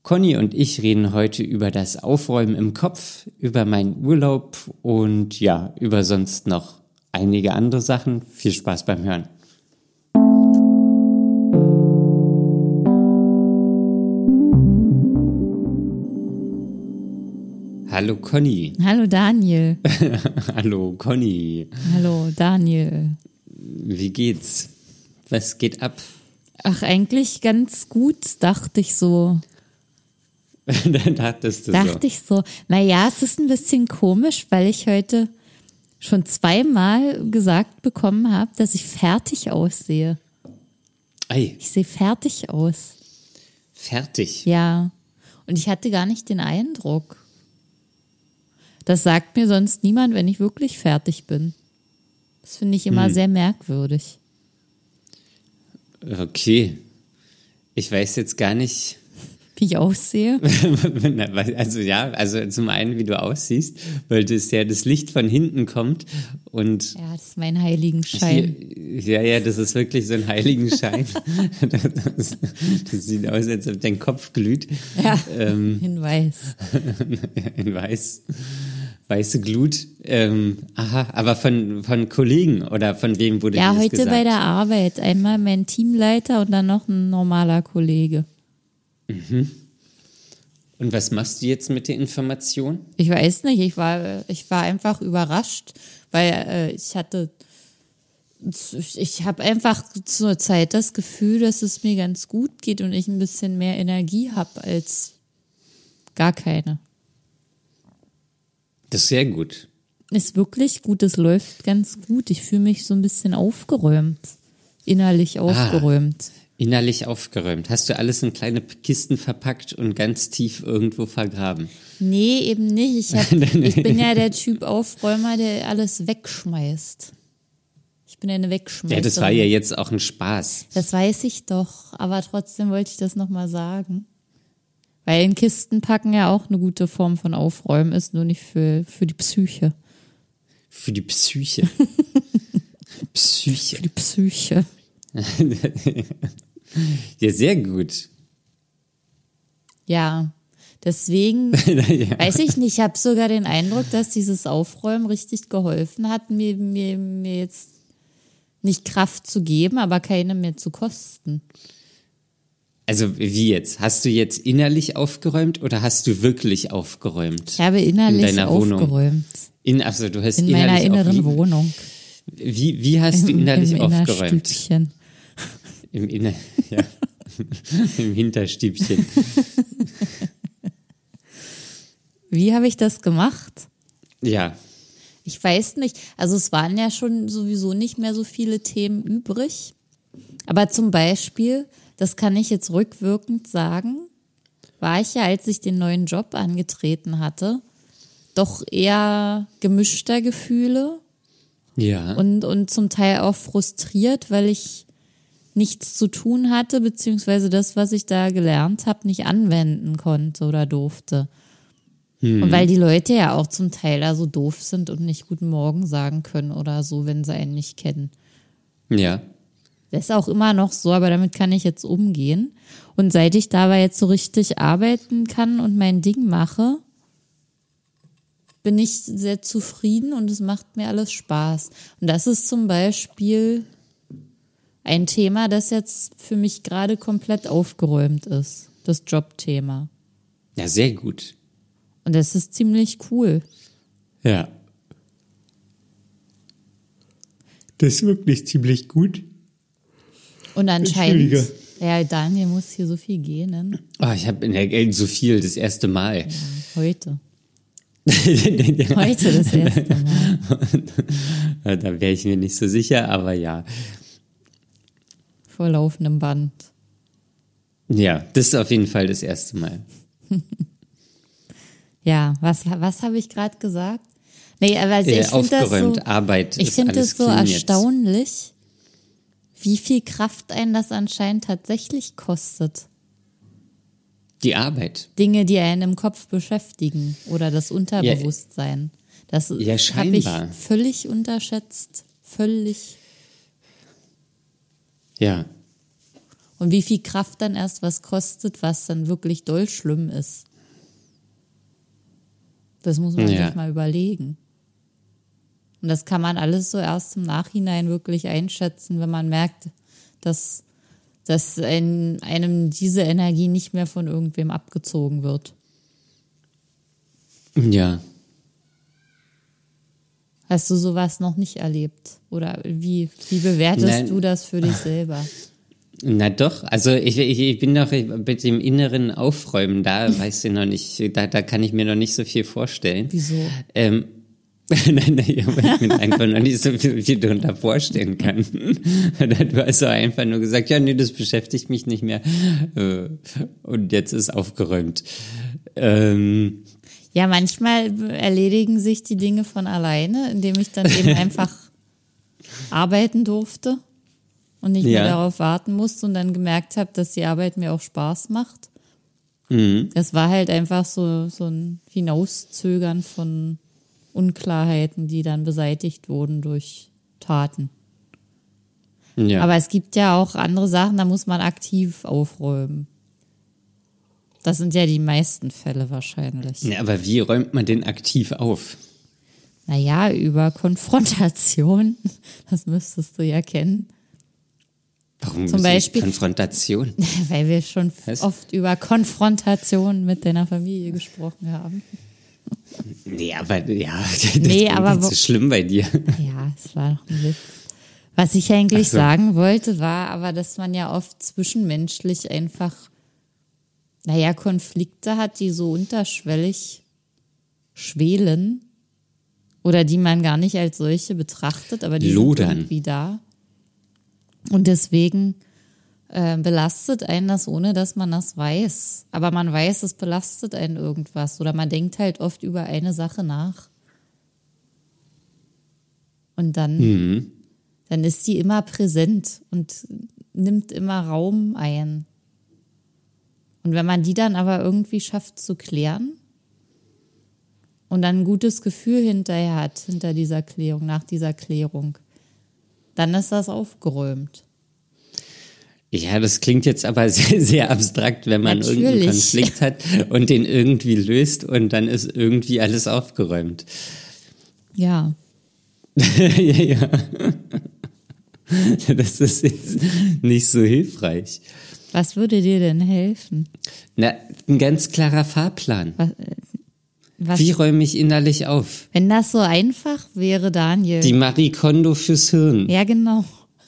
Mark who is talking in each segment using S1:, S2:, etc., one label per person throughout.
S1: Conny und ich reden heute über das Aufräumen im Kopf, über meinen Urlaub und ja, über sonst noch einige andere Sachen. Viel Spaß beim Hören. Hallo Conny.
S2: Hallo Daniel.
S1: Hallo Conny.
S2: Hallo Daniel.
S1: Wie geht's? Was geht ab?
S2: Ach, eigentlich ganz gut, dachte ich so. Dachte ich so. Naja, es ist ein bisschen komisch, weil ich heute schon zweimal gesagt bekommen habe, dass ich fertig aussehe.
S1: Ei.
S2: Ich sehe fertig aus.
S1: Fertig?
S2: Ja. Und ich hatte gar nicht den Eindruck. Das sagt mir sonst niemand, wenn ich wirklich fertig bin. Das finde ich immer sehr merkwürdig.
S1: Okay. Ich weiß jetzt gar nicht,
S2: wie ich aussehe.
S1: Also zum einen, wie du aussiehst, weil das ja das Licht von hinten kommt und
S2: ja, das ist mein Heiligenschein.
S1: Das ist wirklich so ein Heiligenschein. Das sieht aus, als ob dein Kopf glüht.
S2: Ja, in weiß.
S1: In weiße Glut. Aber von Kollegen oder von wem wurde dir das gesagt? Ja,
S2: heute bei der Arbeit. Einmal mein Teamleiter und dann noch ein normaler Kollege.
S1: Mhm. Und was machst du jetzt mit der Information?
S2: Ich weiß nicht, ich war einfach überrascht, weil ich habe einfach zur Zeit das Gefühl, dass es mir ganz gut geht und ich ein bisschen mehr Energie habe als gar keine.
S1: Das ist sehr gut.
S2: Ist wirklich gut, es läuft ganz gut. Ich fühle mich so ein bisschen aufgeräumt, innerlich aufgeräumt.
S1: Innerlich aufgeräumt. Hast du alles in kleine Kisten verpackt und ganz tief irgendwo vergraben?
S2: Nee, eben nicht. Ich bin ja der Typ Aufräumer, der alles wegschmeißt. Ich bin eine Wegschmeißerin.
S1: Ja, das war ja jetzt auch ein Spaß.
S2: Das weiß ich doch, aber trotzdem wollte ich das nochmal sagen. Weil in Kisten packen ja auch eine gute Form von Aufräumen ist, nur nicht für die Psyche.
S1: Für die Psyche.
S2: Für die Psyche.
S1: Ja, sehr gut.
S2: Ja, deswegen, weiß ich nicht, ich habe sogar den Eindruck, dass dieses Aufräumen richtig geholfen hat, mir jetzt nicht Kraft zu geben, aber keine mehr zu kosten.
S1: Also wie jetzt? Hast du jetzt innerlich aufgeräumt oder hast du wirklich aufgeräumt?
S2: Ich habe innerlich in deiner aufgeräumt.
S1: Wohnung? Du hast
S2: in meiner inneren Wohnung.
S1: Wie hast du innerlich aufgeräumt? Im Im Hinterstübchen.
S2: Wie habe ich das gemacht?
S1: Ja.
S2: Ich weiß nicht. Also es waren ja schon sowieso nicht mehr so viele Themen übrig. Aber zum Beispiel, das kann ich jetzt rückwirkend sagen, war ich ja, als ich den neuen Job angetreten hatte, doch eher gemischter Gefühle.
S1: Ja.
S2: Und zum Teil auch frustriert, weil ich nichts zu tun hatte, beziehungsweise das, was ich da gelernt habe, nicht anwenden konnte oder durfte. Und weil die Leute ja auch zum Teil da so doof sind und nicht Guten Morgen sagen können oder so, wenn sie einen nicht kennen.
S1: Ja.
S2: Das ist auch immer noch so, aber damit kann ich jetzt umgehen. Und seit ich dabei jetzt so richtig arbeiten kann und mein Ding mache, bin ich sehr zufrieden und es macht mir alles Spaß. Und das ist zum Beispiel ein Thema, das jetzt für mich gerade komplett aufgeräumt ist. Das Jobthema.
S1: Ja, sehr gut.
S2: Und das ist ziemlich cool.
S1: Ja. Das ist wirklich ziemlich gut.
S2: Und anscheinend, ja, Daniel muss hier so viel gähnen.
S1: Oh, ich habe so viel, das erste Mal.
S2: Ja, heute. Heute das erste Mal.
S1: Da wäre ich mir nicht so sicher, aber ja.
S2: Vor laufendem Band.
S1: Ja, das ist auf jeden Fall das erste Mal.
S2: Ja, was habe ich gerade gesagt? Nee, aber ich finde
S1: aufgeräumt,
S2: das so,
S1: Arbeit.
S2: Ich finde das so erstaunlich, wie viel Kraft einen das anscheinend tatsächlich kostet.
S1: Die Arbeit.
S2: Dinge, die einen im Kopf beschäftigen oder das Unterbewusstsein. Das habe ich völlig unterschätzt. Völlig.
S1: Ja.
S2: Und wie viel Kraft dann erst was kostet, was dann wirklich doll schlimm ist. Das muss man sich mal überlegen. Und das kann man alles so erst im Nachhinein wirklich einschätzen, wenn man merkt, dass einem diese Energie nicht mehr von irgendwem abgezogen wird.
S1: Ja.
S2: Hast du sowas noch nicht erlebt? Oder wie bewertest du das für dich selber?
S1: Na doch, also ich bin noch mit dem inneren Aufräumen da, weißt du noch nicht, da kann ich mir noch nicht so viel vorstellen.
S2: Wieso?
S1: Nein, weil ich mir einfach noch nicht so viel darunter vorstellen kann. Du hast so einfach nur gesagt, ja, nee, das beschäftigt mich nicht mehr. Und jetzt ist aufgeräumt.
S2: Ja, manchmal erledigen sich die Dinge von alleine, indem ich dann eben einfach arbeiten durfte und nicht mehr darauf warten musste und dann gemerkt habe, dass die Arbeit mir auch Spaß macht. Das war halt einfach so ein Hinauszögern von Unklarheiten, die dann beseitigt wurden durch Taten. Ja. Aber es gibt ja auch andere Sachen, da muss man aktiv aufräumen. Das sind ja die meisten Fälle wahrscheinlich.
S1: Ja, aber wie räumt man denn aktiv auf?
S2: Naja, über Konfrontation. Das müsstest du ja kennen.
S1: Warum
S2: zum Beispiel
S1: Konfrontation?
S2: Weil wir schon oft über Konfrontation mit deiner Familie gesprochen haben.
S1: Nee, aber das ist nicht so schlimm bei dir.
S2: Ja, es war noch ein Witz. Was ich eigentlich sagen wollte, war aber, dass man ja oft zwischenmenschlich einfach, Konflikte hat, die so unterschwellig schwelen oder die man gar nicht als solche betrachtet, aber die sind irgendwie da. Und deswegen belastet einen das, ohne dass man das weiß. Aber man weiß, es belastet einen irgendwas. Oder man denkt halt oft über eine Sache nach. Und dann ist die immer präsent und nimmt immer Raum ein. Und wenn man die dann aber irgendwie schafft zu klären und dann ein gutes Gefühl hinterher hat, hinter dieser Klärung, nach dieser Klärung, dann ist das aufgeräumt.
S1: Ja, das klingt jetzt aber sehr, sehr abstrakt, wenn man irgendeinen Konflikt hat und den irgendwie löst und dann ist irgendwie alles aufgeräumt.
S2: Ja.
S1: Ja. Das ist jetzt nicht so hilfreich.
S2: Was würde dir denn helfen?
S1: Na, ein ganz klarer Fahrplan.
S2: Was?
S1: Wie räume ich innerlich auf?
S2: Wenn das so einfach wäre, Daniel.
S1: Die Marie Kondo fürs Hirn.
S2: Ja, genau.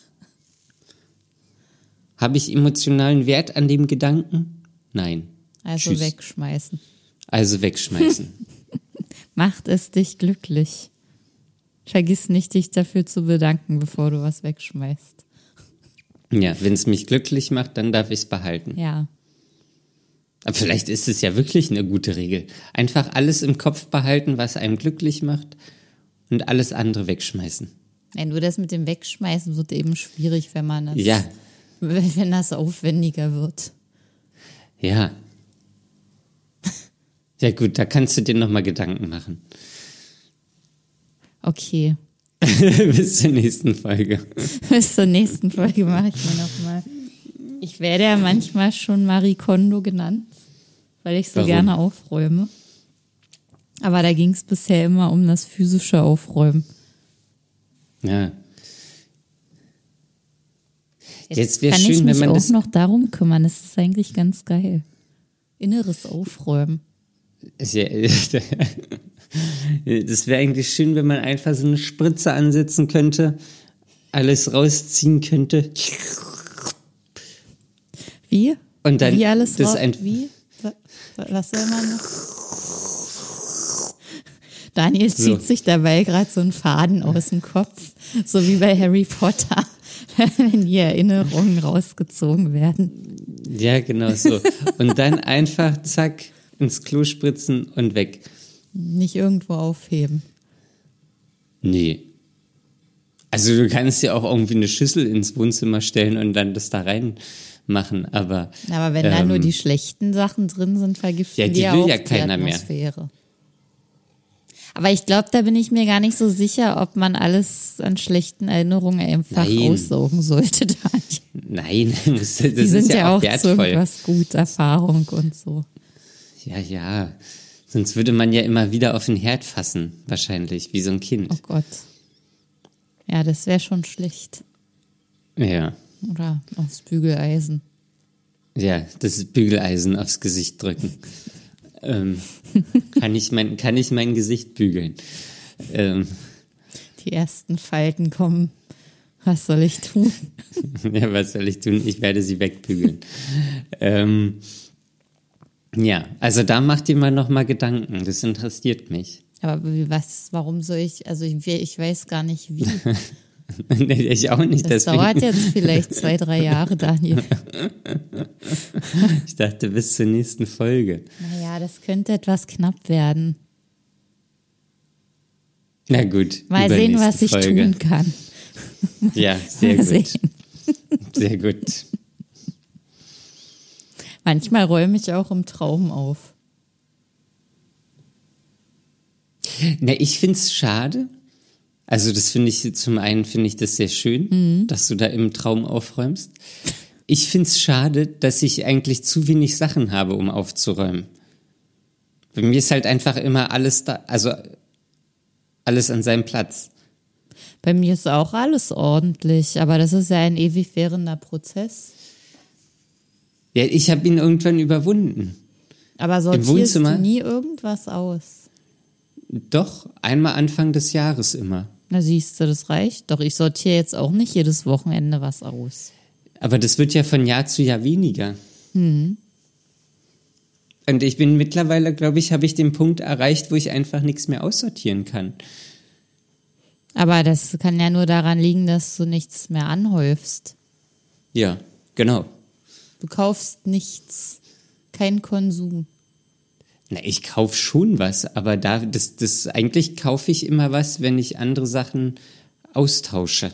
S1: Habe ich emotionalen Wert an dem Gedanken? Nein.
S2: Also Tschüss. Wegschmeißen.
S1: Also wegschmeißen.
S2: Macht es dich glücklich. Vergiss nicht, dich dafür zu bedanken, bevor du was wegschmeißt.
S1: Ja, wenn es mich glücklich macht, dann darf ich es behalten.
S2: Ja.
S1: Aber vielleicht ist es ja wirklich eine gute Regel. Einfach alles im Kopf behalten, was einem glücklich macht und alles andere wegschmeißen.
S2: Ja, nur das mit dem Wegschmeißen wird eben schwierig, wenn man das...
S1: Ja.
S2: Wenn das aufwendiger wird.
S1: Ja. Ja gut, da kannst du dir nochmal Gedanken machen.
S2: Okay.
S1: Bis zur nächsten Folge.
S2: Bis zur nächsten Folge mache ich mir nochmal. Ich werde ja manchmal schon Marie Kondo genannt, weil ich so gerne aufräume. Aber da ging es bisher immer um das physische Aufräumen.
S1: Ja.
S2: Jetzt wäre schön, wenn man das auch noch darum kümmern. Das ist eigentlich ganz geil. Inneres Aufräumen.
S1: Das wäre eigentlich schön, wenn man einfach so eine Spritze ansetzen könnte, alles rausziehen könnte.
S2: Wie?
S1: Und dann
S2: wie alles raus? Wie? Was soll man noch? Daniel zieht sich dabei gerade so einen Faden aus dem Kopf, so wie bei Harry Potter. Wenn die Erinnerungen rausgezogen werden.
S1: Ja, genau so. Und dann einfach, zack, ins Klo spritzen und weg.
S2: Nicht irgendwo aufheben.
S1: Nee. Also du kannst ja auch irgendwie eine Schüssel ins Wohnzimmer stellen und dann das da reinmachen, aber...
S2: Aber wenn da nur die schlechten Sachen drin sind, vergiften die ja auch die Atmosphäre. Aber ich glaube, da bin ich mir gar nicht so sicher, ob man alles an schlechten Erinnerungen einfach aussaugen sollte.
S1: Nein, das
S2: Die sind
S1: ist ja auch
S2: zu
S1: wertvoll.
S2: irgendwas gut, Erfahrung und so.
S1: Ja. Sonst würde man ja immer wieder auf den Herd fassen, wahrscheinlich, wie so ein Kind.
S2: Oh Gott. Ja, das wäre schon schlecht.
S1: Ja.
S2: Oder aufs Bügeleisen.
S1: Ja, das Bügeleisen aufs Gesicht drücken. Kann ich mein Gesicht bügeln?
S2: Die ersten Falten kommen. Was soll ich tun?
S1: Ja, was soll ich tun? Ich werde sie wegbügeln. Ja, also da macht ihr mal nochmal Gedanken. Das interessiert mich.
S2: Aber warum soll ich, also ich weiß gar nicht wie.
S1: Nee, ich auch nicht.
S2: Das
S1: deswegen.
S2: dauert jetzt vielleicht 2-3 Jahre, Daniel.
S1: Ich dachte bis zur nächsten Folge.
S2: Naja, das könnte etwas knapp werden.
S1: Na gut.
S2: Mal sehen, was ich
S1: Folge.
S2: tun kann.
S1: Ja, sehr
S2: Mal
S1: gut.
S2: sehen.
S1: Sehr gut.
S2: Manchmal räume ich auch im Traum auf.
S1: Na, ich find's schade. Also das finde ich, zum einen finde ich das sehr schön, dass du da im Traum aufräumst. Ich find's schade, dass ich eigentlich zu wenig Sachen habe, um aufzuräumen. Bei mir ist halt einfach immer alles da, also alles an seinem Platz.
S2: Bei mir ist auch alles ordentlich, aber das ist ja ein ewig währender Prozess.
S1: Ja, ich habe ihn irgendwann überwunden.
S2: Aber sortierst
S1: Wohnzimmer?
S2: du nie irgendwas aus?
S1: Doch, einmal Anfang des Jahres immer.
S2: Na siehst du, das reicht. Doch ich sortiere jetzt auch nicht jedes Wochenende was aus.
S1: Aber das wird ja von Jahr zu Jahr weniger. Und ich bin mittlerweile, glaube ich, habe ich den Punkt erreicht, wo ich einfach nichts mehr aussortieren kann.
S2: Aber das kann ja nur daran liegen, dass du nichts mehr anhäufst.
S1: Ja, genau.
S2: Du kaufst nichts. Kein Konsum.
S1: Na, ich kaufe schon was, aber eigentlich kaufe ich immer was, wenn ich andere Sachen austausche.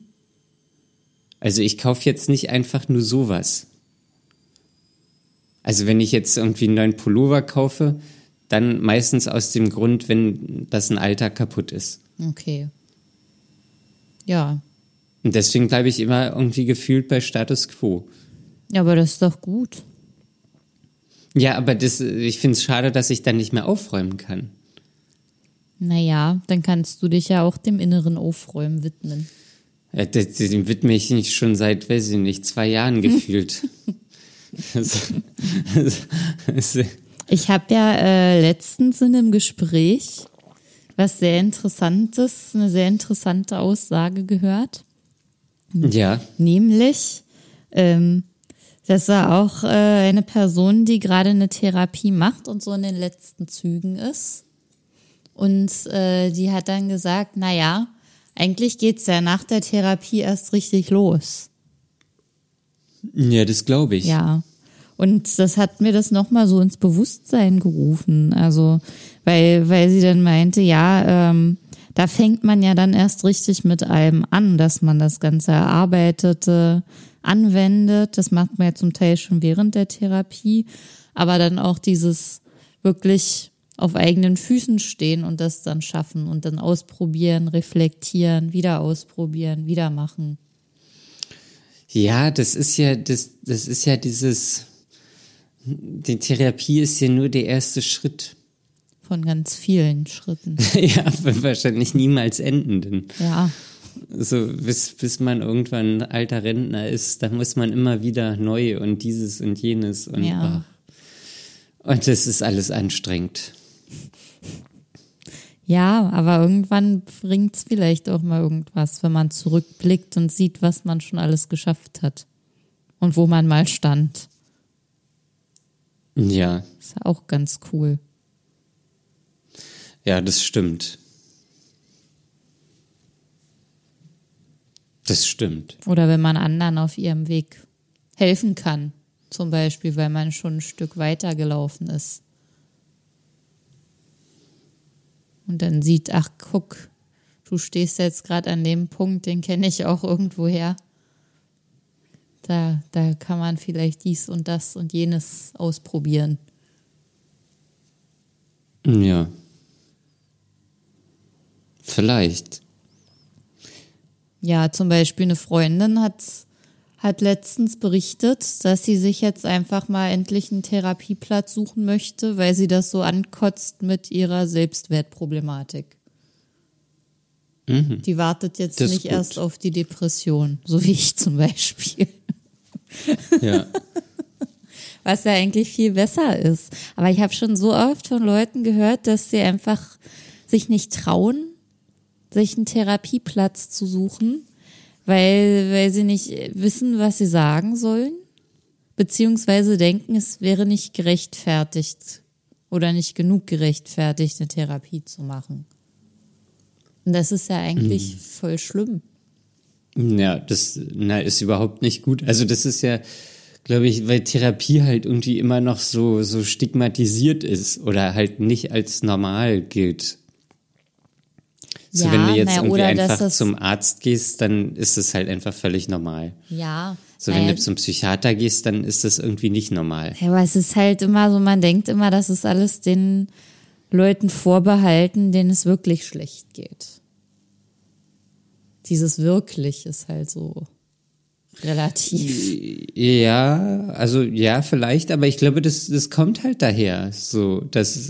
S1: Also ich kaufe jetzt nicht einfach nur sowas. Also wenn ich jetzt irgendwie einen neuen Pullover kaufe, dann meistens aus dem Grund, wenn das ein alter kaputt ist.
S2: Okay. Ja.
S1: Und deswegen bleibe ich immer irgendwie gefühlt bei Status Quo.
S2: Ja, aber das ist doch gut.
S1: Ja, aber ich finde es schade, dass ich dann nicht mehr aufräumen kann.
S2: Naja, dann kannst du dich ja auch dem inneren Aufräumen widmen.
S1: Dem widme ich mich schon seit, weiß ich nicht, 2 Jahren gefühlt.
S2: Ich habe ja letztens in einem Gespräch was sehr Interessantes, eine sehr interessante Aussage gehört.
S1: Ja.
S2: Nämlich, dass er auch eine Person, die gerade eine Therapie macht und so in den letzten Zügen ist. Und die hat dann gesagt, naja, eigentlich geht's ja nach der Therapie erst richtig los.
S1: Ja, das glaube ich.
S2: Ja. Und das hat mir das nochmal so ins Bewusstsein gerufen. Also, weil sie dann meinte, ja, da fängt man ja dann erst richtig mit allem an, dass man das ganze Erarbeitete anwendet. Das macht man ja zum Teil schon während der Therapie. Aber dann auch dieses wirklich auf eigenen Füßen stehen und das dann schaffen und dann ausprobieren, reflektieren, wieder ausprobieren, wieder machen.
S1: Ja, das ist ja dieses, die Therapie ist ja nur der erste Schritt.
S2: Von ganz vielen Schritten.
S1: Ja, wahrscheinlich niemals endenden.
S2: Ja.
S1: So, bis man irgendwann ein alter Rentner ist, da muss man immer wieder neu und dieses und jenes und
S2: Ja.
S1: Und das ist alles anstrengend.
S2: Ja, aber irgendwann bringt's vielleicht auch mal irgendwas, wenn man zurückblickt und sieht, was man schon alles geschafft hat. Und wo man mal stand.
S1: Ja.
S2: Ist ja auch ganz cool.
S1: Ja, das stimmt. Das stimmt.
S2: Oder wenn man anderen auf ihrem Weg helfen kann. Zum Beispiel, weil man schon ein Stück weiter gelaufen ist. Und dann sieht, ach guck, du stehst jetzt gerade an dem Punkt, den kenne ich auch irgendwoher. Da kann man vielleicht dies und das und jenes ausprobieren.
S1: Ja. Vielleicht.
S2: Ja, zum Beispiel eine Freundin hat letztens berichtet, dass sie sich jetzt einfach mal endlich einen Therapieplatz suchen möchte, weil sie das so ankotzt mit ihrer Selbstwertproblematik. Die wartet jetzt
S1: Das ist
S2: nicht
S1: gut.
S2: erst auf die Depression, so wie ich zum Beispiel.
S1: Ja.
S2: Was ja eigentlich viel besser ist. Aber ich habe schon so oft von Leuten gehört, dass sie einfach sich nicht trauen, sich einen Therapieplatz zu suchen, weil sie nicht wissen, was sie sagen sollen, beziehungsweise denken, es wäre nicht gerechtfertigt oder nicht genug gerechtfertigt, eine Therapie zu machen. Und das ist ja eigentlich voll schlimm.
S1: Ja, das ist überhaupt nicht gut. Also das ist ja, glaube ich, weil Therapie halt irgendwie immer noch so stigmatisiert ist oder halt nicht als normal gilt. So,
S2: Ja,
S1: wenn du jetzt
S2: naja,
S1: irgendwie
S2: oder dass
S1: einfach
S2: das-
S1: zum Arzt gehst, dann ist es halt einfach völlig normal.
S2: Ja.
S1: So, wenn du zum Psychiater gehst, dann ist das irgendwie nicht normal.
S2: Ja, aber es ist halt immer so, man denkt immer, das ist alles den Leuten vorbehalten, denen es wirklich schlecht geht. Dieses wirklich ist halt so relativ.
S1: Ja, also ja, vielleicht, aber ich glaube, das kommt halt daher. So, dass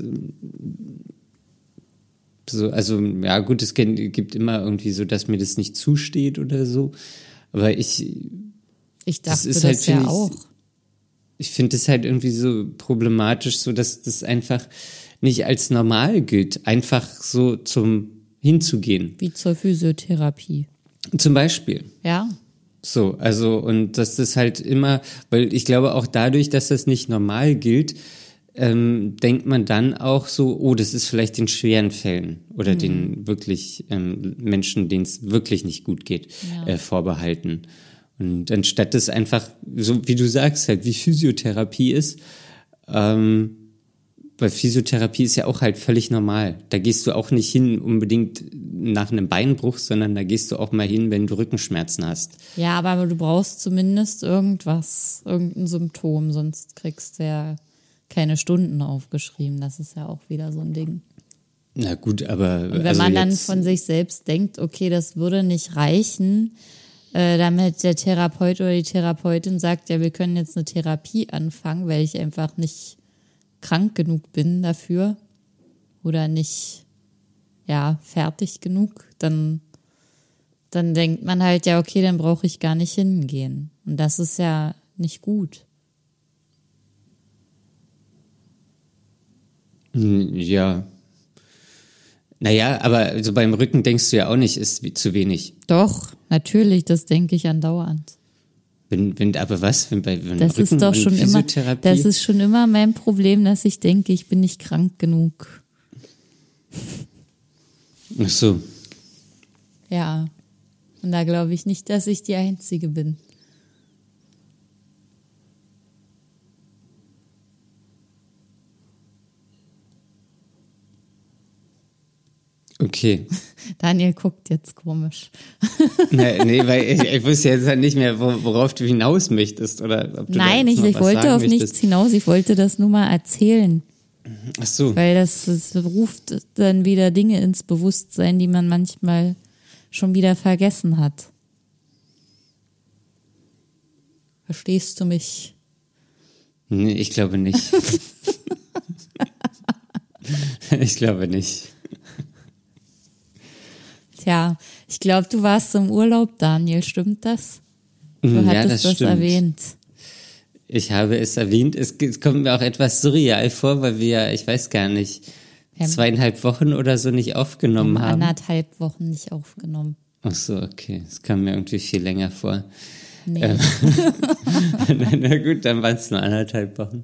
S1: so, also ja gut, es gibt immer irgendwie so, dass mir das nicht zusteht oder so. Aber
S2: Ich
S1: das
S2: dachte
S1: ist
S2: das,
S1: halt, finde
S2: ja
S1: ich,
S2: auch.
S1: ich finde es halt irgendwie so problematisch, so dass das einfach nicht als normal gilt, einfach so zum hinzugehen.
S2: Wie zur Physiotherapie.
S1: Zum Beispiel.
S2: Ja.
S1: So, also, und dass das halt immer, weil ich glaube auch dadurch, dass das nicht normal gilt, denkt man dann auch so, oh, das ist vielleicht den schweren Fällen oder den wirklich Menschen, denen es wirklich nicht gut geht, vorbehalten. Und anstatt es einfach, so wie du sagst, halt wie Physiotherapie ist, weil Physiotherapie ist ja auch halt völlig normal. Da gehst du auch nicht hin unbedingt nach einem Beinbruch, sondern da gehst du auch mal hin, wenn du Rückenschmerzen hast.
S2: Ja, aber du brauchst zumindest irgendwas, irgendein Symptom, sonst kriegst du ja keine Stunden aufgeschrieben. Das ist ja auch wieder so ein Ding.
S1: Na gut, aber
S2: Und wenn
S1: also
S2: man dann
S1: jetzt,
S2: von sich selbst denkt, okay, das würde nicht reichen, damit der Therapeut oder die Therapeutin sagt, ja, wir können jetzt eine Therapie anfangen, weil ich einfach nicht krank genug bin dafür oder nicht, ja, fertig genug, dann denkt man halt, ja, okay, dann brauche ich gar nicht hingehen. Und das ist ja nicht gut.
S1: ja. Naja, aber also beim Rücken denkst du ja auch nicht, ist zu wenig.
S2: Doch, natürlich, das denke ich andauernd.
S1: Aber was? Wenn
S2: Das
S1: Rücken
S2: ist doch
S1: und
S2: schon immer,
S1: Physiotherapie?
S2: das ist schon immer mein Problem, dass ich denke, ich bin nicht krank genug.
S1: Ach so.
S2: Ja. Und da glaube ich nicht, dass ich die Einzige bin.
S1: Okay.
S2: Daniel guckt jetzt komisch.
S1: Nee, weil ich wusste jetzt halt nicht mehr, worauf du hinaus möchtest. Oder ob du
S2: Nein,
S1: da jetzt noch
S2: ich
S1: was
S2: wollte
S1: sagen
S2: auf nichts
S1: möchtest.
S2: hinaus. Ich wollte das nur mal erzählen.
S1: Ach so.
S2: Weil das ruft dann wieder Dinge ins Bewusstsein, die man manchmal schon wieder vergessen hat. Verstehst du mich?
S1: Nee, ich glaube nicht. Ich glaube nicht.
S2: Tja, ich glaube, du warst im Urlaub, Daniel. Stimmt das? Du
S1: Ja,
S2: hattest das
S1: stimmt.
S2: erwähnt.
S1: Ich habe es erwähnt. Es kommt mir auch etwas surreal vor, weil wir ja, ich weiß gar nicht,
S2: Wir haben
S1: 2,5 Wochen oder so nicht aufgenommen haben.
S2: 1,5 Wochen nicht aufgenommen.
S1: Ach so, okay. Das kam mir irgendwie viel länger vor.
S2: Nee.
S1: Na gut, dann waren es nur 1,5 Wochen.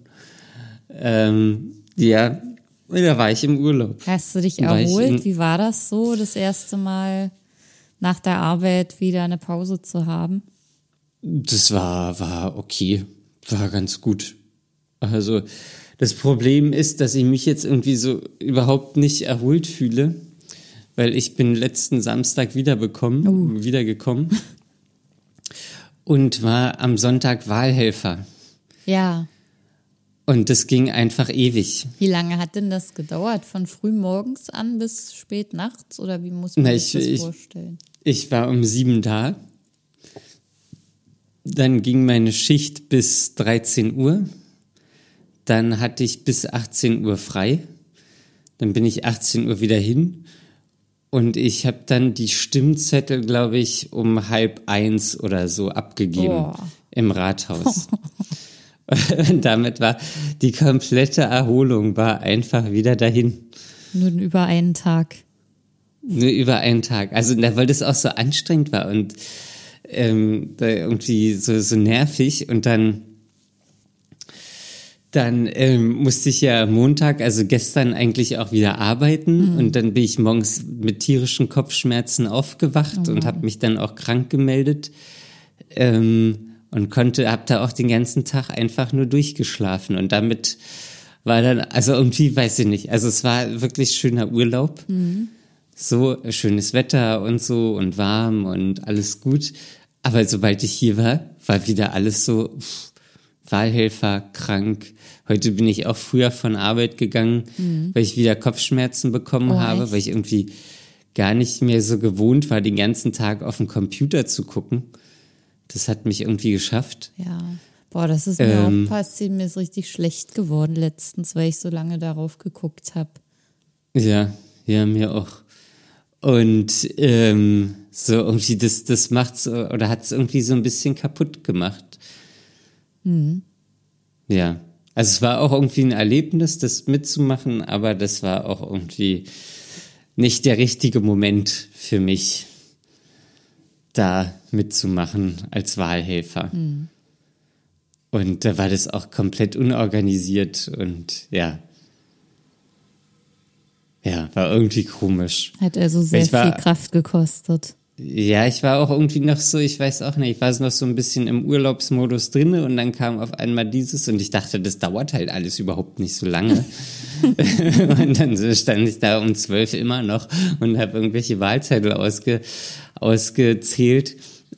S1: Ja, da war ich im Urlaub.
S2: Hast du dich
S1: War ich
S2: erholt? Wie war das so, das erste Mal nach der Arbeit wieder eine Pause zu haben?
S1: Das war okay. War ganz gut. Also, das Problem ist, dass ich mich jetzt irgendwie so überhaupt nicht erholt fühle, weil ich bin letzten Samstag wiedergekommen und war am Sonntag Wahlhelfer.
S2: Ja.
S1: Und das ging einfach ewig.
S2: Wie lange hat denn das gedauert? Von früh morgens an bis spät nachts? Oder wie muss man sich das vorstellen?
S1: Ich war um 7 da. Dann ging meine Schicht bis 13 Uhr. Dann hatte ich bis 18 Uhr frei. Dann bin ich 18 Uhr wieder hin. Und ich habe dann die Stimmzettel, glaube ich, um 12:30 oder so abgegeben im Rathaus. Und damit war die komplette Erholung war einfach wieder dahin.
S2: Nur über einen Tag.
S1: Nur über einen Tag. Also, weil das auch so anstrengend war und da irgendwie so nervig. Und dann musste ich ja Montag, also gestern eigentlich auch wieder arbeiten. Und dann bin ich morgens mit tierischen Kopfschmerzen aufgewacht und habe mich dann auch krank gemeldet. Und habe da auch den ganzen Tag einfach nur durchgeschlafen. Und damit war dann, also irgendwie, weiß ich nicht, also es war wirklich schöner Urlaub. So schönes Wetter und so und warm und alles gut. Aber sobald ich hier war wieder alles so Wahlhelfer, krank. Heute bin ich auch früher von Arbeit gegangen, weil ich wieder Kopfschmerzen bekommen habe, weil ich irgendwie gar nicht mehr so gewohnt war, den ganzen Tag auf dem Computer zu gucken. Das hat mich irgendwie geschafft.
S2: Ja, boah, das ist mir auch passiert. Mir ist richtig schlecht geworden letztens, weil ich so lange darauf geguckt habe.
S1: Ja, mir auch. Und so irgendwie das macht's oder hat's irgendwie so ein bisschen kaputt gemacht. Ja, also es war auch irgendwie ein Erlebnis, das mitzumachen, aber das war auch irgendwie nicht der richtige Moment für mich, da mitzumachen als Wahlhelfer. Und da war das auch komplett unorganisiert und ja, war irgendwie komisch.
S2: Hat also sehr viel Kraft gekostet.
S1: Ja, ich war auch irgendwie noch so, ich weiß auch nicht, ich war noch so ein bisschen im Urlaubsmodus drinne und dann kam auf einmal dieses und ich dachte, das dauert halt alles überhaupt nicht so lange. Und dann stand ich da um 12 immer noch und habe irgendwelche Wahlzettel ausgezählt.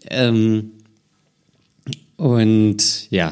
S1: Und ja,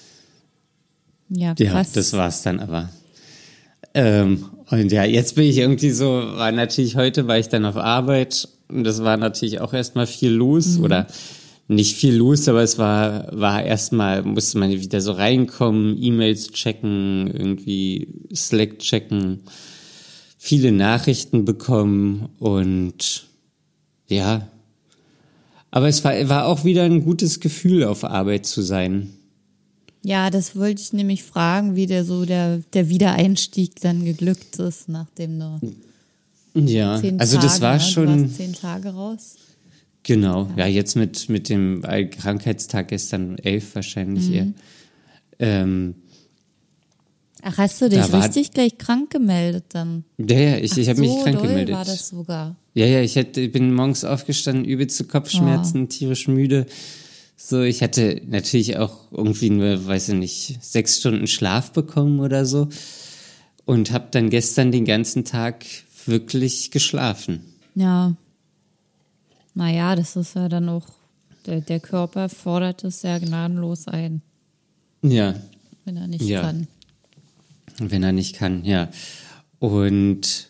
S1: krass. Das war's dann aber. Und ja, jetzt bin ich irgendwie so, heute war ich dann auf Arbeit und das war natürlich auch erstmal viel los oder nicht viel los, aber es war erstmal, musste man wieder so reinkommen, E-Mails checken, irgendwie Slack checken, viele Nachrichten bekommen und ja, aber es war auch wieder ein gutes Gefühl, auf Arbeit zu sein.
S2: Ja, das wollte ich nämlich fragen, wie der Wiedereinstieg dann geglückt ist, nachdem du 10
S1: also
S2: Tage,
S1: das war schon.
S2: Du warst 10 Tage raus.
S1: Genau, ja, jetzt mit dem Krankheitstag gestern 11 wahrscheinlich eher.
S2: Ach, hast du dich richtig gleich krank gemeldet dann?
S1: Ja, ich habe mich krank gemeldet.
S2: War das sogar?
S1: Ja, ich bin morgens aufgestanden, übelste Kopfschmerzen, tierisch müde. So, ich hatte natürlich auch irgendwie nur, 6 Stunden Schlaf bekommen oder so und habe dann gestern den ganzen Tag wirklich geschlafen.
S2: Ja. Naja, das ist ja dann auch, der Körper fordert es ja gnadenlos ein.
S1: Ja.
S2: Wenn er nicht kann.
S1: Wenn er nicht kann, ja. Und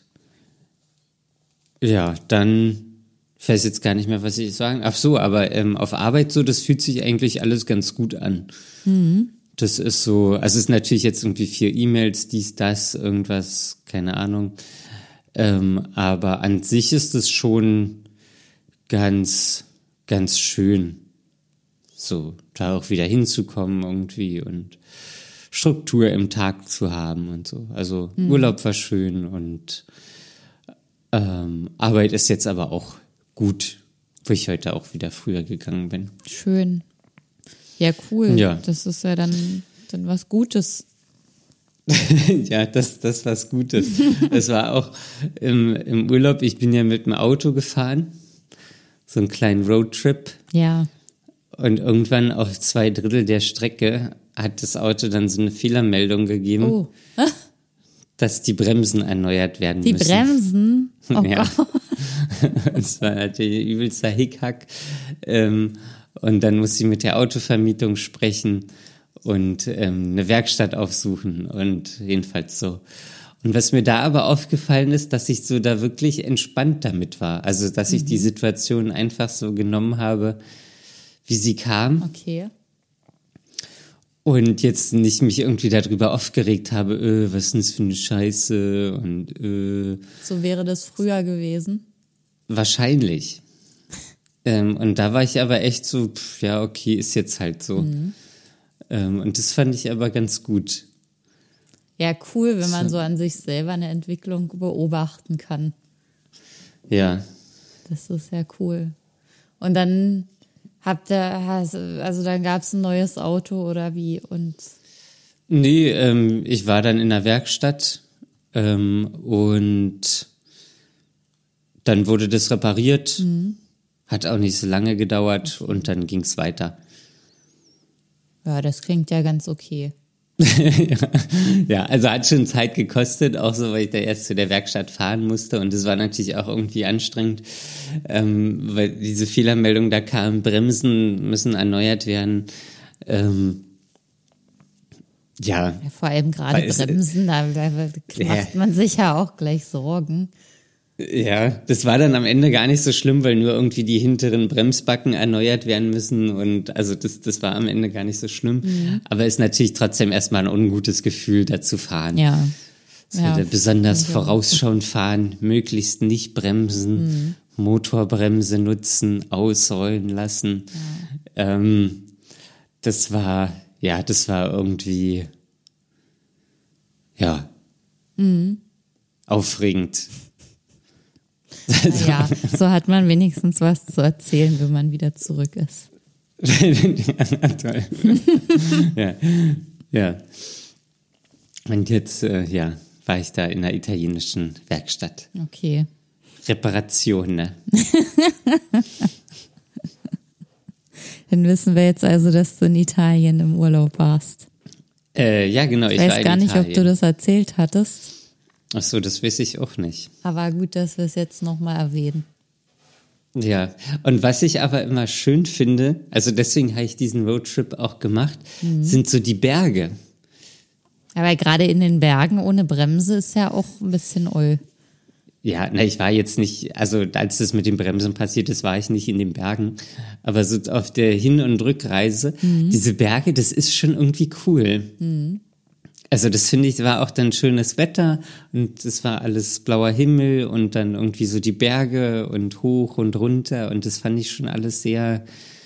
S1: ja, dann, ich weiß jetzt gar nicht mehr, was ich sagen. Ach so, aber auf Arbeit so, das fühlt sich eigentlich alles ganz gut an. Das ist so, also es ist natürlich jetzt irgendwie 4 E-Mails, dies, das, irgendwas, keine Ahnung. Aber an sich ist es schon ganz, ganz schön, so da auch wieder hinzukommen irgendwie und Struktur im Tag zu haben und so. Also Urlaub war schön und Arbeit ist jetzt aber auch gut, wo ich heute auch wieder früher gegangen bin.
S2: Schön. Ja, cool.
S1: Ja.
S2: Das ist ja dann was Gutes.
S1: Ja, das was Gutes. Es war auch im Urlaub, ich bin ja mit dem Auto gefahren, so einen kleinen Roadtrip.
S2: Ja.
S1: Und irgendwann auf 2/3 der Strecke hat das Auto dann so eine Fehlermeldung gegeben, dass die Bremsen erneuert werden müssen.
S2: Die Bremsen? Oh
S1: ja.
S2: Gott.
S1: Das war natürlich ein übelster Hickhack. Und dann musste ich mit der Autovermietung sprechen. und eine Werkstatt aufsuchen und jedenfalls so. Und was mir da aber aufgefallen ist, dass ich so da wirklich entspannt damit war. Also, dass ich die Situation einfach so genommen habe, wie sie kam.
S2: Okay.
S1: Und jetzt nicht mich irgendwie darüber aufgeregt habe, was ist denn das für eine Scheiße und
S2: So wäre das früher gewesen.
S1: wahrscheinlich. Und da war ich aber echt so, ja, okay, ist jetzt halt so. Und das fand ich aber ganz gut.
S2: Ja, cool, wenn man so an sich selber eine Entwicklung beobachten kann.
S1: Ja.
S2: Das ist ja cool. Und dann dann gab es ein neues Auto oder wie? Und
S1: Nee, ich war dann in der Werkstatt und dann wurde das repariert. Hat auch nicht so lange gedauert und dann ging's weiter.
S2: ja, das klingt ja ganz okay.
S1: Ja, also hat schon Zeit gekostet, auch so, weil ich da erst zu der Werkstatt fahren musste und es war natürlich auch irgendwie anstrengend, weil diese Fehlermeldung da kam, Bremsen müssen erneuert werden. Ja,
S2: Vor allem gerade Bremsen, da macht man sich ja auch gleich Sorgen.
S1: ja, das war dann am Ende gar nicht so schlimm, weil nur irgendwie die hinteren Bremsbacken erneuert werden müssen und also das war am Ende gar nicht so schlimm. Aber ist natürlich trotzdem erstmal ein ungutes Gefühl, da zu fahren.
S2: Ja.
S1: So, besonders vorausschauend fahren, möglichst nicht bremsen, Motorbremse nutzen, ausrollen lassen. Ja. Das war irgendwie, ja, aufregend.
S2: Ja, so hat man wenigstens was zu erzählen, wenn man wieder zurück ist.
S1: Ja, toll. Ja. Und jetzt, war ich da in der italienischen Werkstatt.
S2: Okay.
S1: Reparation, ne?
S2: Dann wissen wir jetzt also, dass du in Italien im Urlaub warst.
S1: Ja, genau.
S2: Ich weiß gar nicht, ob du das erzählt hattest.
S1: Ach so, das weiß ich auch nicht.
S2: Aber gut, dass wir es jetzt nochmal erwähnen.
S1: Ja, und was ich aber immer schön finde, also deswegen habe ich diesen Roadtrip auch gemacht, sind so die Berge.
S2: Aber gerade in den Bergen ohne Bremse ist ja auch ein bisschen oll.
S1: Ja, ich war jetzt nicht, also als das mit den Bremsen passiert ist, war ich nicht in den Bergen. Aber so auf der Hin- und Rückreise, diese Berge, das ist schon irgendwie cool. Also das finde ich, war auch dann schönes Wetter und es war alles blauer Himmel und dann irgendwie so die Berge und hoch und runter und das fand ich schon alles sehr,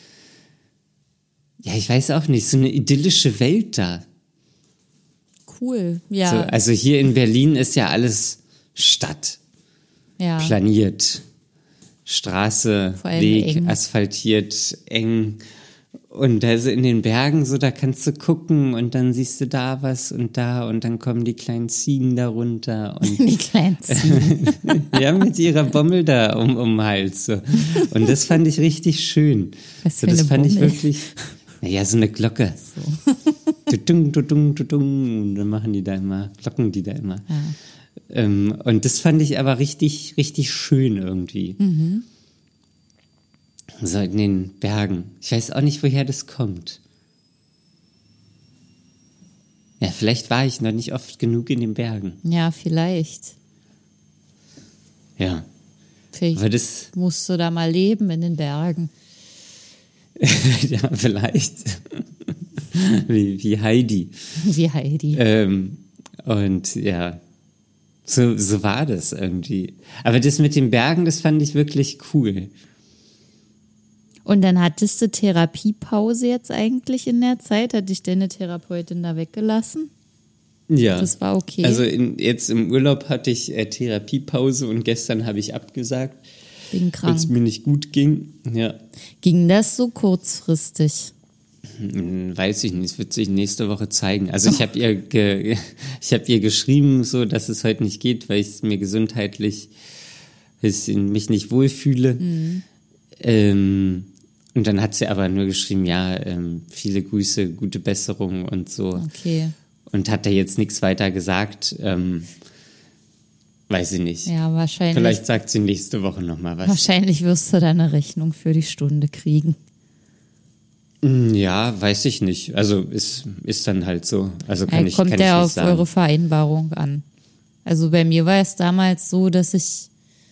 S1: ja, ich weiß auch nicht, so eine idyllische Welt da.
S2: Cool, ja.
S1: So, also hier in Berlin ist ja alles Stadt, planiert, Straße, Weg, eng. Asphaltiert, eng. Und also in den Bergen so, da kannst du gucken und dann siehst du da was und dann kommen die kleinen Ziegen da runter. Und
S2: die kleinen Ziegen.
S1: ja, mit ihrer Bommel da um den Hals. So. Und das fand ich richtig schön.
S2: Was
S1: so,
S2: für
S1: das
S2: eine
S1: fand
S2: Bommel?
S1: ich wirklich, naja, so eine Glocke.
S2: So.
S1: Tudung, tudung, tudung. Und dann machen die da immer, glocken die da immer. Ja. Und das fand ich aber richtig, richtig schön irgendwie. So in den Bergen. Ich weiß auch nicht, woher das kommt. Ja, vielleicht war ich noch nicht oft genug in den Bergen.
S2: Ja, vielleicht.
S1: Ja.
S2: Vielleicht musst du da mal leben in den Bergen.
S1: Ja, vielleicht. wie Heidi.
S2: Wie Heidi.
S1: Und ja, so war das irgendwie. Aber das mit den Bergen, das fand ich wirklich cool.
S2: Und dann hattest du Therapiepause jetzt eigentlich in der Zeit? Hat dich deine Therapeutin da weggelassen?
S1: Ja.
S2: Das war okay.
S1: Also jetzt im Urlaub hatte ich Therapiepause und gestern habe ich abgesagt, weil es mir nicht gut ging. Ja.
S2: Ging das so kurzfristig?
S1: Weiß ich nicht, es wird sich nächste Woche zeigen. Also ich habe ihr geschrieben, so dass es heute nicht geht, weil ich es mir gesundheitlich mich nicht wohlfühle. Und dann hat sie aber nur geschrieben, ja, viele Grüße, gute Besserung und so.
S2: Okay.
S1: Und hat da jetzt nichts weiter gesagt. Weiß ich nicht.
S2: Ja, wahrscheinlich.
S1: Vielleicht sagt sie nächste Woche nochmal was.
S2: Wahrscheinlich wirst du da eine Rechnung für die Stunde kriegen.
S1: Ja, weiß ich nicht. Also ist dann halt so. Also kann ich
S2: Kommt
S1: nicht
S2: ja auf
S1: sagen.
S2: eure Vereinbarung an. Also bei mir war es damals so, dass ich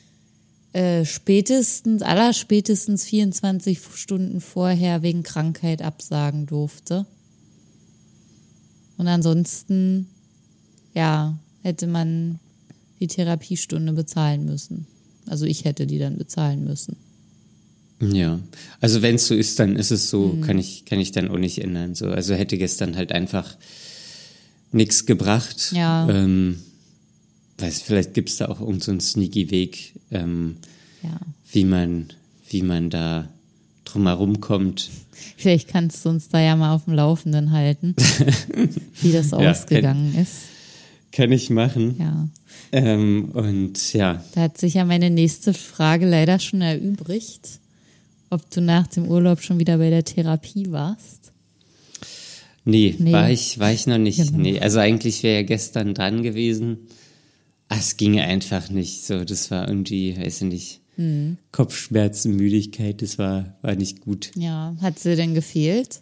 S2: allerspätestens 24 Stunden vorher wegen Krankheit absagen durfte. Und ansonsten, ja, hätte man die Therapiestunde bezahlen müssen. Also ich hätte die dann bezahlen müssen.
S1: Ja, also wenn es so ist, dann ist es so, kann ich dann auch nicht ändern. So, also hätte gestern halt einfach nichts gebracht.
S2: Ja.
S1: Vielleicht gibt es da auch irgend so einen sneaky Weg,
S2: Ja.
S1: wie man da drumherum kommt.
S2: Vielleicht kannst du uns da ja mal auf dem Laufenden halten, wie das
S1: Ja,
S2: ausgegangen ist.
S1: Kann ich machen.
S2: Ja.
S1: Und ja,
S2: Da hat sich ja meine nächste Frage leider schon erübrigt, ob du nach dem Urlaub schon wieder bei der Therapie warst.
S1: nee.
S2: Nee.
S1: War ich noch nicht.
S2: Genau.
S1: Nee, also eigentlich wäre ja gestern dran gewesen. Es ging einfach nicht. So, das war irgendwie, weiß ich nicht, Kopfschmerzen, Müdigkeit, das war nicht gut.
S2: Ja, hat sie denn gefehlt?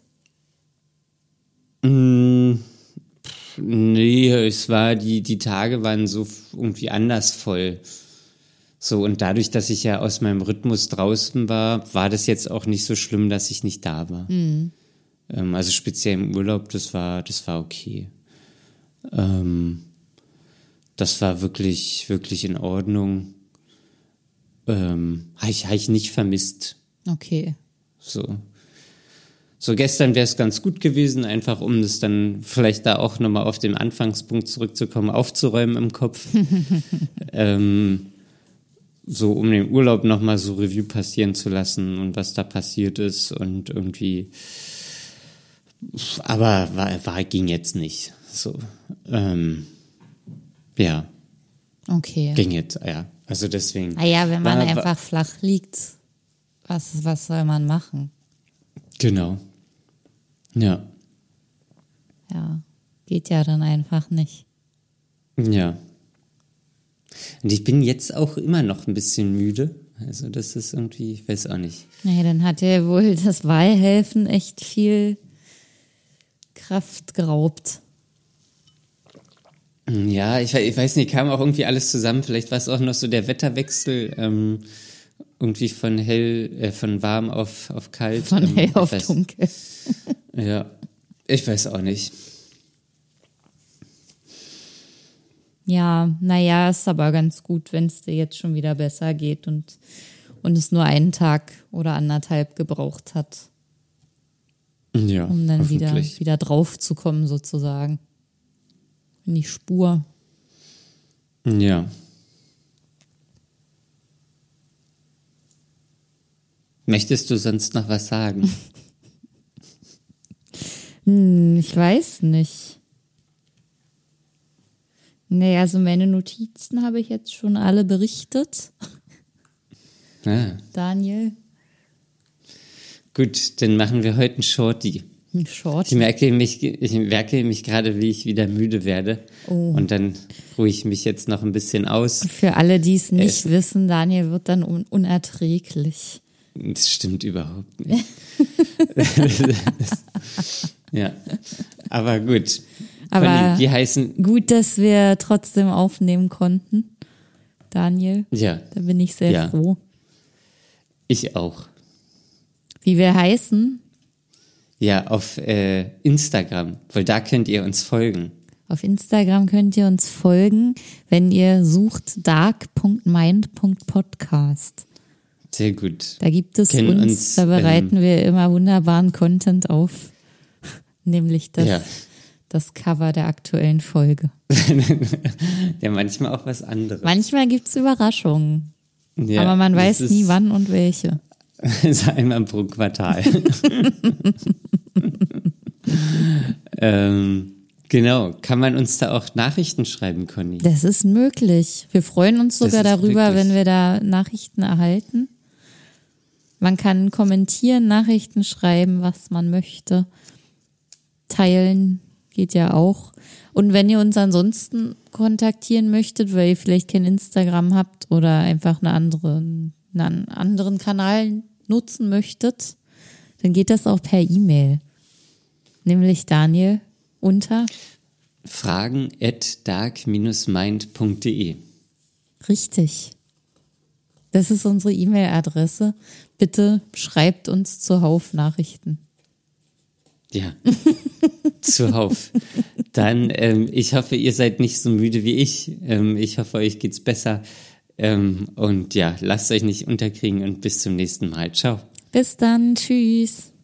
S1: Nee, es war, die Tage waren so irgendwie anders voll. So, und dadurch, dass ich ja aus meinem Rhythmus draußen war das jetzt auch nicht so schlimm, dass ich nicht da war. Also speziell im Urlaub, das war okay. Das war wirklich, wirklich in Ordnung. Habe ich nicht vermisst.
S2: Okay.
S1: So gestern wäre es ganz gut gewesen, einfach um das dann vielleicht da auch nochmal auf den Anfangspunkt zurückzukommen, aufzuräumen im Kopf. So um den Urlaub nochmal so Revue passieren zu lassen und was da passiert ist und irgendwie, aber ging jetzt nicht. So, ja,
S2: Okay.
S1: ging jetzt, ja. Also deswegen.
S2: Naja, wenn man
S1: war-
S2: einfach flach liegt, was soll man machen?
S1: Genau. Ja.
S2: Ja, geht ja dann einfach nicht.
S1: Ja. Und ich bin jetzt auch immer noch ein bisschen müde. Also das ist irgendwie, ich weiß auch nicht.
S2: Naja, dann hat ja wohl das Wahlhelfen echt viel Kraft geraubt.
S1: Ja, ich weiß nicht, kam auch irgendwie alles zusammen. Vielleicht war es auch noch so der Wetterwechsel, irgendwie von warm auf kalt.
S2: Von hell
S1: ich
S2: auf
S1: weiß-
S2: dunkel.
S1: Ja, ich weiß auch nicht.
S2: Ja, naja, ist aber ganz gut, wenn es dir jetzt schon wieder besser geht und es nur einen Tag oder anderthalb gebraucht hat,
S1: Ja,
S2: um dann
S1: hoffentlich.
S2: wieder drauf zu kommen sozusagen. In die Spur.
S1: Ja. Möchtest du sonst noch was sagen?
S2: Ich weiß nicht. Nee, also meine Notizen habe ich jetzt schon alle berichtet.
S1: Ja.
S2: Daniel,
S1: Gut, dann machen wir heute einen Shorty.
S2: ein Short.
S1: Ich merke mich gerade, wie ich wieder müde werde.
S2: Oh.
S1: Und dann ruhe ich mich jetzt noch ein bisschen aus.
S2: Für alle, die es nicht
S1: Es-
S2: wissen, Daniel wird dann unerträglich.
S1: Das stimmt überhaupt nicht. Ja, aber gut.
S2: Aber-
S1: Conny, wie heißen,
S2: Gut, dass wir trotzdem aufnehmen konnten, Daniel.
S1: ja,
S2: Da bin ich sehr
S1: Ja.
S2: froh.
S1: ich auch.
S2: Wie wir heißen?
S1: Ja, auf Instagram, weil da könnt ihr uns folgen.
S2: Auf Instagram könnt ihr uns folgen, wenn ihr sucht dark.mind.podcast.
S1: Sehr gut.
S2: Da gibt es
S1: Können
S2: uns,
S1: uns,
S2: da bereiten wir immer wunderbaren Content auf. Nämlich
S1: Ja.
S2: das Cover der aktuellen Folge.
S1: Ja, manchmal auch was anderes.
S2: Manchmal gibt's Überraschungen,
S1: Ja,
S2: aber man
S1: das
S2: weiß
S1: ist-
S2: nie wann und welche.
S1: ist einmal pro Quartal. Genau. Kann man uns da auch Nachrichten schreiben, Conny?
S2: Das ist möglich. Wir freuen uns sogar
S1: ist
S2: darüber,
S1: wirklich-
S2: wenn wir da Nachrichten erhalten. Man kann kommentieren, Nachrichten schreiben, was man möchte. Teilen geht ja auch. Und wenn ihr uns ansonsten kontaktieren möchtet, weil ihr vielleicht kein Instagram habt oder einfach einen anderen Kanal nutzen möchtet, dann geht das auch per E-Mail. Nämlich Daniel unter
S1: fragen@dark-mind.de.
S2: Richtig. Das ist unsere E-Mail-Adresse. Bitte schreibt uns zuhauf Nachrichten.
S1: Ja, zuhauf. Dann, ich hoffe, ihr seid nicht so müde wie ich. Ich hoffe, euch geht's besser. Und ja, lasst euch nicht unterkriegen und bis zum nächsten Mal. Ciao.
S2: Bis dann. Tschüss.